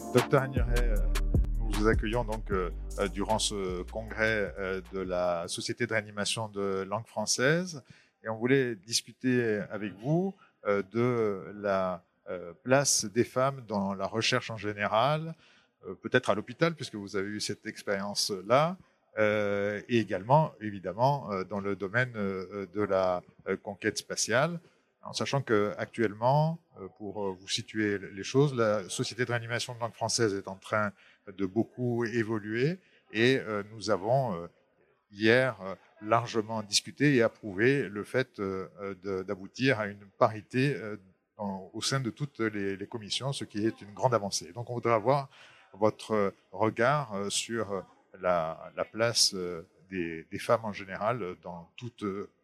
Docteur Agnuret, nous vous accueillons donc durant ce congrès de la Société de réanimation de langue française et on voulait discuter avec vous de la place des femmes dans la recherche en général, peut-être à l'hôpital puisque vous avez eu cette expérience-là, et également évidemment dans le domaine de la conquête spatiale. En sachant qu'actuellement, pour vous situer les choses, la Société de réanimation de langue française est en train de beaucoup évoluer et nous avons hier largement discuté et approuvé le fait d'aboutir à une parité au sein de toutes les commissions, ce qui est une grande avancée. Donc on voudrait avoir votre regard sur la place des femmes en général dans tout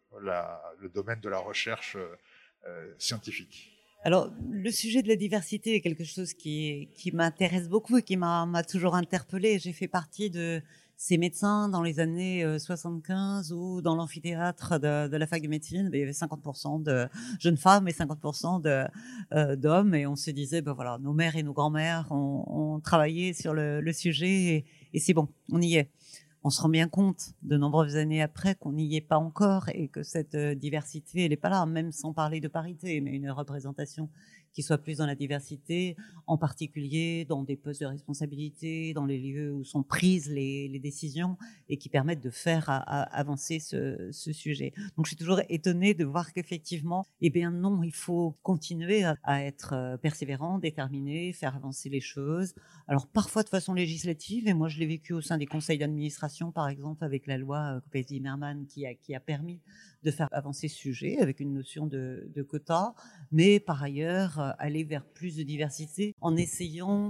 le domaine de la recherche scientifique. Alors, le sujet de la diversité est quelque chose qui m'intéresse beaucoup et qui m'a toujours interpellée. J'ai fait partie de ces médecins dans les années 75 où dans l'amphithéâtre de la fac de médecine, il y avait 50% de jeunes femmes et 50% d'hommes. Et on se disait, ben voilà, nos mères et nos grands-mères ont travaillé sur le sujet et c'est bon, on y est. On se rend bien compte de nombreuses années après qu'on n'y est pas encore et que cette diversité, elle n'est pas là, même sans parler de parité, mais une représentation qui soit plus dans la diversité, en particulier dans des postes de responsabilité, dans les lieux où sont prises les décisions et qui permettent de faire avancer ce sujet. Donc je suis toujours étonnée de voir qu'effectivement, eh bien non, il faut continuer à être persévérant, déterminé, faire avancer les choses. Alors parfois de façon législative, et moi je l'ai vécu au sein des conseils d'administration, par exemple, avec la loi Copé-Zimmermann qui a permis de faire avancer ce sujet avec une notion de quota, mais par ailleurs aller vers plus de diversité en essayant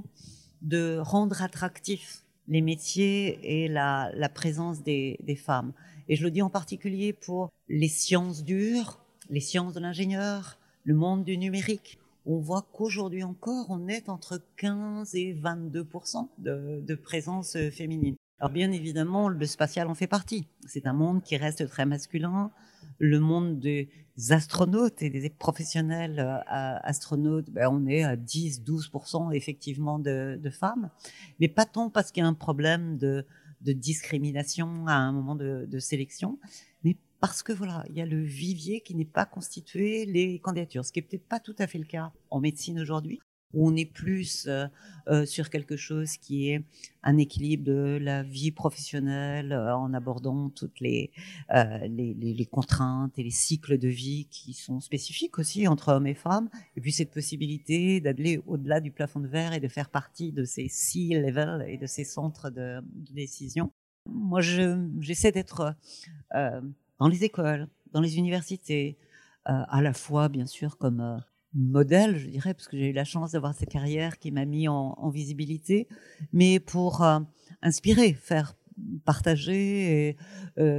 de rendre attractifs les métiers et la présence des femmes. Et je le dis en particulier pour les sciences dures, les sciences de l'ingénieur, le monde du numérique. On voit qu'aujourd'hui encore, on est entre 15 et 22% de présence féminine. Alors bien évidemment, le spatial en fait partie. C'est un monde qui reste très masculin. Le monde des astronautes et des professionnels astronautes, on est à 10-12% effectivement de femmes. Mais pas tant parce qu'il y a un problème de discrimination à un moment de sélection, mais parce que voilà, il y a le vivier qui n'est pas constitué les candidatures, ce qui est peut-être pas tout à fait le cas en médecine aujourd'hui, où on est plus sur quelque chose qui est un équilibre de la vie professionnelle en abordant toutes les contraintes et les cycles de vie qui sont spécifiques aussi entre hommes et femmes, et puis cette possibilité d'aller au-delà du plafond de verre et de faire partie de ces C-level et de ces centres de décision. Moi, j'essaie d'être dans les écoles, dans les universités, à la fois bien sûr comme modèle, je dirais, parce que j'ai eu la chance d'avoir cette carrière qui m'a mis en visibilité, mais pour inspirer, faire partager et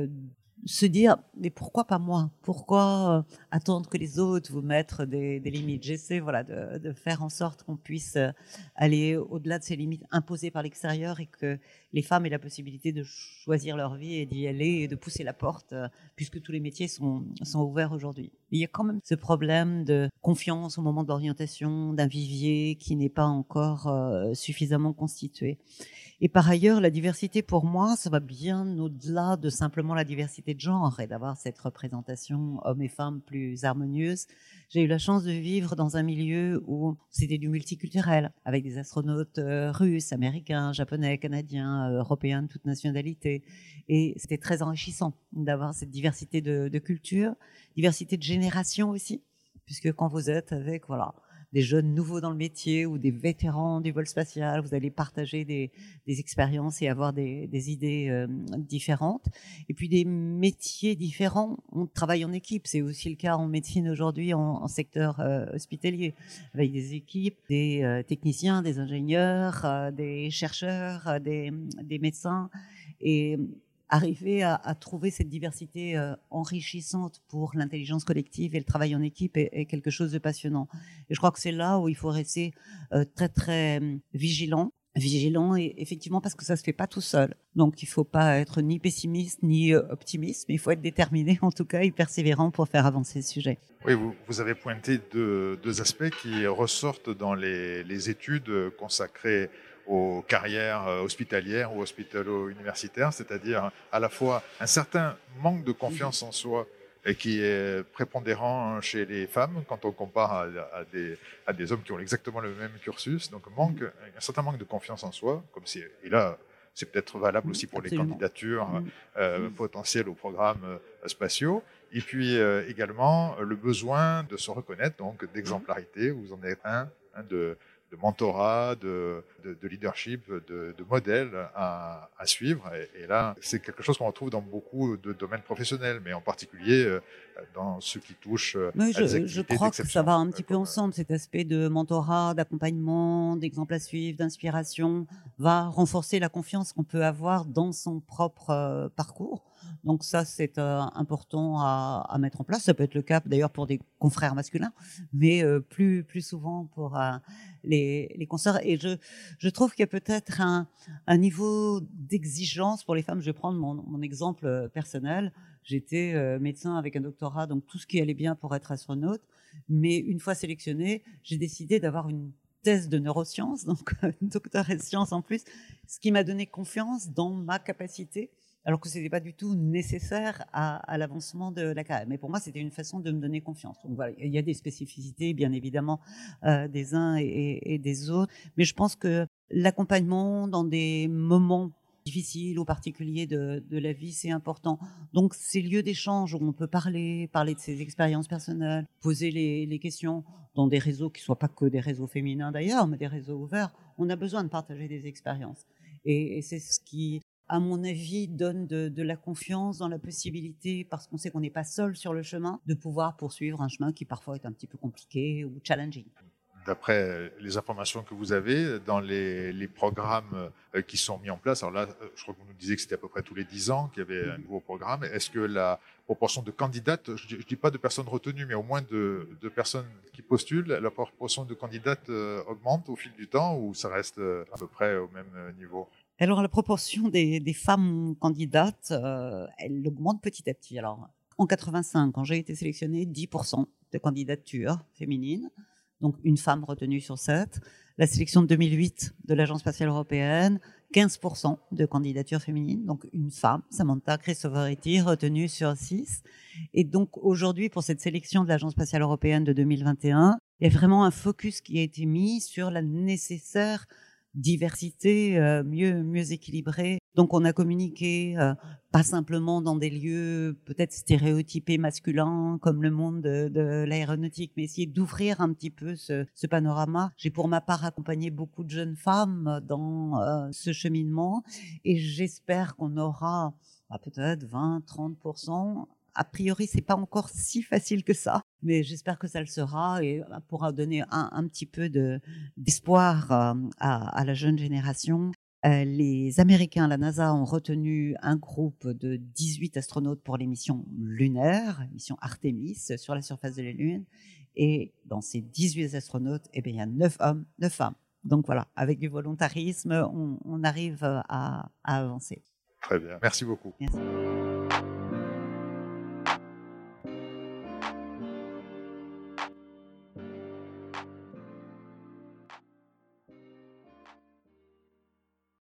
se dire mais pourquoi pas moi, pourquoi attendre que les autres vous mettent des limites. J'essaie voilà de faire en sorte qu'on puisse aller au-delà de ces limites imposées par l'extérieur et que les femmes aient la possibilité de choisir leur vie et d'y aller et de pousser la porte puisque tous les métiers sont ouverts aujourd'hui. Il y a quand même ce problème de confiance au moment de l'orientation, d'un vivier qui n'est pas encore suffisamment constitué. Et par ailleurs, la diversité, pour moi, ça va bien au-delà de simplement la diversité de genre et d'avoir cette représentation hommes et femmes plus harmonieuse. J'ai eu la chance de vivre dans un milieu où c'était du multiculturel, avec des astronautes russes, américains, japonais, canadiens, européens de toute nationalité. Et c'était très enrichissant d'avoir cette diversité de culture, diversité de génération aussi, puisque quand vous êtes avec, voilà, des jeunes nouveaux dans le métier ou des vétérans du vol spatial, vous allez partager des expériences et avoir des idées différentes. Et puis des métiers différents, on travaille en équipe. C'est aussi le cas en médecine aujourd'hui, en secteur hospitalier, avec des équipes, des techniciens, des ingénieurs, des chercheurs, des médecins. Et arriver à trouver cette diversité enrichissante pour l'intelligence collective et le travail en équipe est quelque chose de passionnant. Et je crois que c'est là où il faut rester très très vigilant et effectivement parce que ça se fait pas tout seul. Donc il faut pas être ni pessimiste ni optimiste, mais il faut être déterminé en tout cas et persévérant pour faire avancer le sujet. Oui, vous avez pointé deux aspects qui ressortent dans les études consacrées aux carrières hospitalières ou hospitalo-universitaires, c'est-à-dire à la fois un certain manque de confiance en soi et qui est prépondérant chez les femmes quand on compare à des hommes qui ont exactement le même cursus. Donc un certain manque de confiance en soi, et là c'est peut-être valable aussi pour Absolument. les candidatures potentielles aux programmes spatiaux. Et puis également le besoin de se reconnaître, donc d'exemplarité. Vous en êtes un de mentorat, de leadership, de modèle à suivre. Et là, c'est quelque chose qu'on retrouve dans beaucoup de domaines professionnels, mais en particulier dans ce qui touche Oui, à des je activités crois que ça d'exception. va un petit peu ensemble, cet aspect de mentorat, d'accompagnement, d'exemple à suivre, d'inspiration, va renforcer la confiance qu'on peut avoir dans son propre parcours. Donc ça, c'est important à mettre en place. Ça peut être le cas d'ailleurs pour des confrères masculins, mais plus souvent pour les consoeurs. Et je trouve qu'il y a peut-être un niveau d'exigence pour les femmes. Je vais prendre mon exemple personnel. J'étais médecin avec un doctorat, donc tout ce qui allait bien pour être astronaute. Mais une fois sélectionnée, j'ai décidé d'avoir une thèse de neurosciences, donc doctorat de sciences en plus, ce qui m'a donné confiance dans ma capacité, alors que ce n'était pas du tout nécessaire à l'avancement de la carrière. Mais pour moi, c'était une façon de me donner confiance. Donc voilà, il y a des spécificités, bien évidemment, des uns et des autres. Mais je pense que l'accompagnement dans des moments difficiles ou particuliers de la vie, c'est important. Donc, ces lieux d'échange où on peut parler de ses expériences personnelles, poser les questions dans des réseaux qui ne soient pas que des réseaux féminins d'ailleurs, mais des réseaux ouverts, on a besoin de partager des expériences. Et c'est ce qui, à mon avis, donne de la confiance dans la possibilité, parce qu'on sait qu'on n'est pas seul sur le chemin, de pouvoir poursuivre un chemin qui parfois est un petit peu compliqué ou challenging. D'après les informations que vous avez, dans les programmes qui sont mis en place, alors là, je crois que vous nous disiez que c'était à peu près tous les 10 ans qu'il y avait un nouveau programme. Est-ce que la proportion de candidates, je ne dis pas de personnes retenues, mais au moins de personnes qui postulent, la proportion de candidates augmente au fil du temps ou ça reste à peu près au même niveau? Alors, la proportion des femmes candidates, elle augmente petit à petit. Alors, en 85, quand j'ai été sélectionnée, 10% de candidatures féminines, donc une femme retenue sur 7. La sélection de 2008 de l'Agence spatiale européenne, 15% de candidatures féminines, donc une femme, Samantha Cristoforetti, retenue sur 6. Et donc aujourd'hui, pour cette sélection de l'Agence spatiale européenne de 2021, il y a vraiment un focus qui a été mis sur la nécessaire diversité mieux équilibrée. Donc on a communiqué pas simplement dans des lieux peut-être stéréotypés masculins comme le monde de l'aéronautique, mais essayer d'ouvrir un petit peu ce panorama. J'ai pour ma part accompagné beaucoup de jeunes femmes dans ce cheminement et j'espère qu'on aura peut-être 20-30%. A priori, c'est pas encore si facile que ça, mais j'espère que ça le sera et pourra donner un petit peu d'espoir à la jeune génération. Les Américains, la NASA, ont retenu un groupe de 18 astronautes pour les missions lunaires, mission Artemis sur la surface de la Lune. Et dans ces 18 astronautes, eh bien, il y a 9 hommes, 9 femmes. Donc voilà, avec du volontarisme, on arrive à avancer. Très bien. Merci beaucoup. Merci.